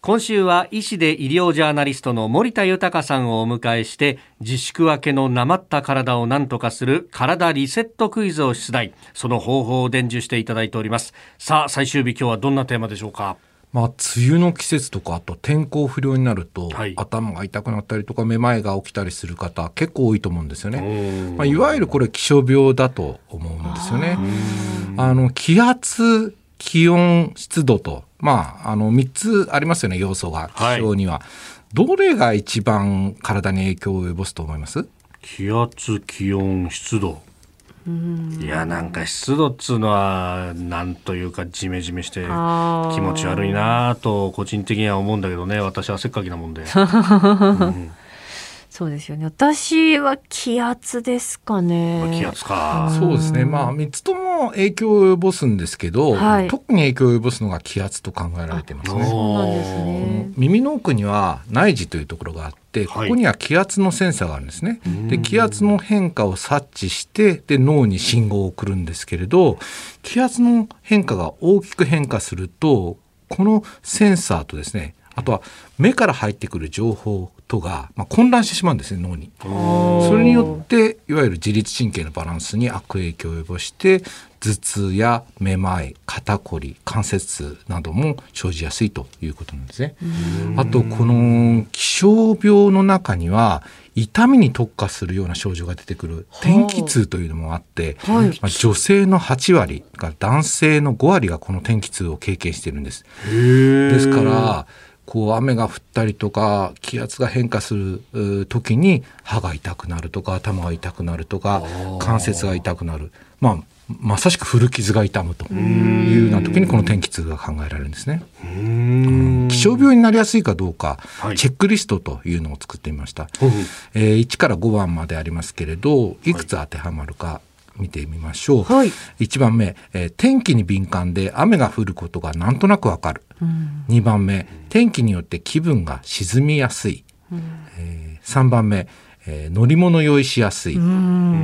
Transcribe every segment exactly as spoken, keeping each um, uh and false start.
今週は医師で医療ジャーナリストの森田豊さんをお迎えして、自粛明けのなまった体を何とかする体リセットクイズを出題。その方法を伝授していただいております。さあ最終日、今日はどんなテーマでしょうか。 まあ、梅雨の季節とかあと天候不良になると、はい、頭が痛くなったりとかめまいが起きたりする方結構多いと思うんですよね。まあ、いわゆるこれ気象病だと思うんですよね。あの気圧、気温、湿度と、まあ、あのみっつありますよね、要素が気象には、はい、どれが一番体に影響を及ぼすと思います？ 気圧、気温、湿度。うーん、いや、なんか湿度っつうのはなんというかジメジメして気持ち悪いなと個人的には思うんだけどね。私はせっかきなもんで、うん、 そうですよね。私は気圧ですかね。 気圧か。 そうですね。まあみっつとも影響を及ぼすんですけど、はい、特に影響を及ぼすのが気圧と考えられていますね。 そうなんですね。 耳の奥には内耳というところがあって、ここには気圧のセンサーがあるんですね。はい、で気圧の変化を察知してで脳に信号を送るんですけれど、気圧の変化が大きく変化すると、このセンサーとですね、あとは目から入ってくる情報とが、まあ、混乱してしまうんですね、脳に。それによっていわゆる自律神経のバランスに悪影響を及ぼして、頭痛やめまい、肩こり、関節痛なども生じやすいということなんですね。あとこの気象病の中には痛みに特化するような症状が出てくる天気痛というのもあって、はい、まあ、女性のはちわりが男性のごわりがこの天気痛を経験しているんです。ですからこう雨が降ったりとか気圧が変化する時に歯が痛くなるとか頭が痛くなるとか関節が痛くなる、まあ、まさしく古傷が痛むというような時にこの天気痛が考えられるんですね。うーん、気象病になりやすいかどうか、はい、チェックリストというのを作ってみました。うん、えー、いちからごばんまでありますけれど、いくつ当てはまるか見てみましょう。はい、いちばんめ、えー、天気に敏感で雨が降ることがなんとなくわかる。うん、にばんめ、天気によって気分が沈みやすい。うん、えー、さんばんめ、えー、乗り物酔いしやすい。うん、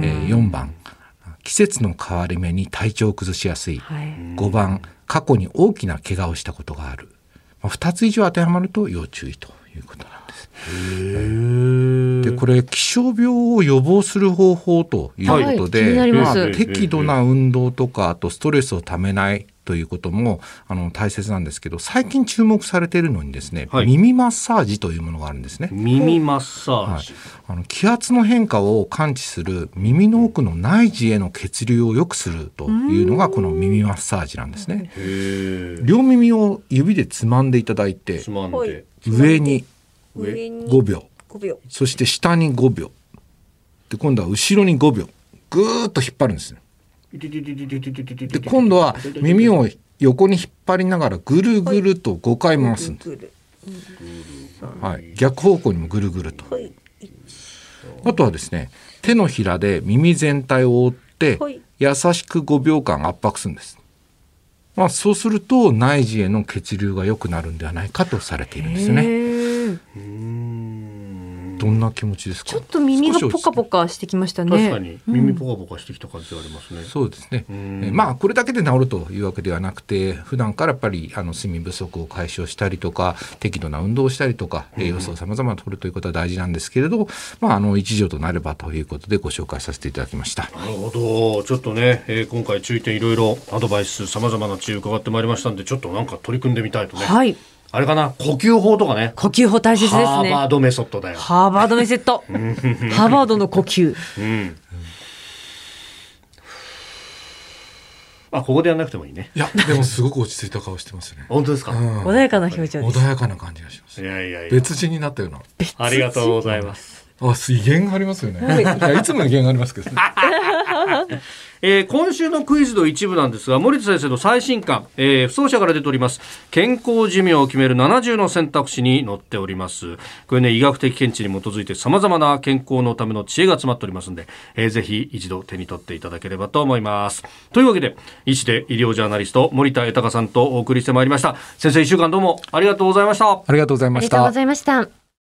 えー、よんばん、季節の変わり目に体調を崩しやすい。はい、ごばん、過去に大きな怪我をしたことがある。まあ、ふたつ以上当てはまると要注意ということなんです。へー。でこれ気象病を予防する方法ということで、はい、まあ、適度な運動とかあとストレスをためないということもあの大切なんですけど、最近注目されているのにですね、はい、耳マッサージというものがあるんですね。 耳マッサージ、 はい、あの気圧の変化を感知する耳の奥の内耳への血流を良くするというのがこの耳マッサージなんですね。へー。両耳を指でつまんでいただいて、つまんで上にごびょう、ごびょう、そして下にごびょうで、今度は後ろにごびょうぐーっと引っ張るんですね。で今度は耳を横に引っ張りながらぐるぐるとごかい回すんです。はい、逆方向にもぐるぐると。あとはですね、手のひらで耳全体を覆って優しくごびょうかん圧迫するんです。まあ、そうすると内耳への血流が良くなるんではないかとされているんですね。うーん、どんな気持ちですか？ ちょっと耳がポカポカしてきましたね。 確かに耳ポカポカしてきた感じがありますね。 うん、そうですね。えまあこれだけで治るというわけではなくて、普段からやっぱりあの睡眠不足を解消したりとか適度な運動をしたりとか栄養素をさまざま取るということは大事なんですけれど、まあ、あの一助となればということでご紹介させていただきました。 なるほど。ちょっとね、えー、今回注意点いろいろアドバイスさまざまな知恵伺ってまいりましたんで、ちょっとなんか取り組んでみたいとね。はい、あれかな、呼吸法とかね。 呼吸法大切ですね。 ハーバードメソッドだよ。 ハーバードメソッドハーバードの呼吸、うん、 あ、ここでやらなくてもいいね。 いやでもすごく落ち着いた顔してますね。 本当ですか？うん、 穏やかな表情です。 穏やかな感じがします。 いやいやいや、 別人になったような。 ありがとうございます。 あ、威厳がありますよね。いや、いつも威厳がありますけどね。 えー、今週のクイズの一部なんですが、森田先生の最新刊、えー、不走者から出ております健康寿命を決めるななじゅうの選択肢に載っております。これね、医学的見地に基づいて様々な健康のための知恵が詰まっておりますので、えー、ぜひ一度手に取っていただければと思います。というわけで、医師で医療ジャーナリスト森田豊さんとお送りしてまいりました。先生、いっしゅうかんどうもありがとうございました。 ありがとうございました。 ありがとうございました。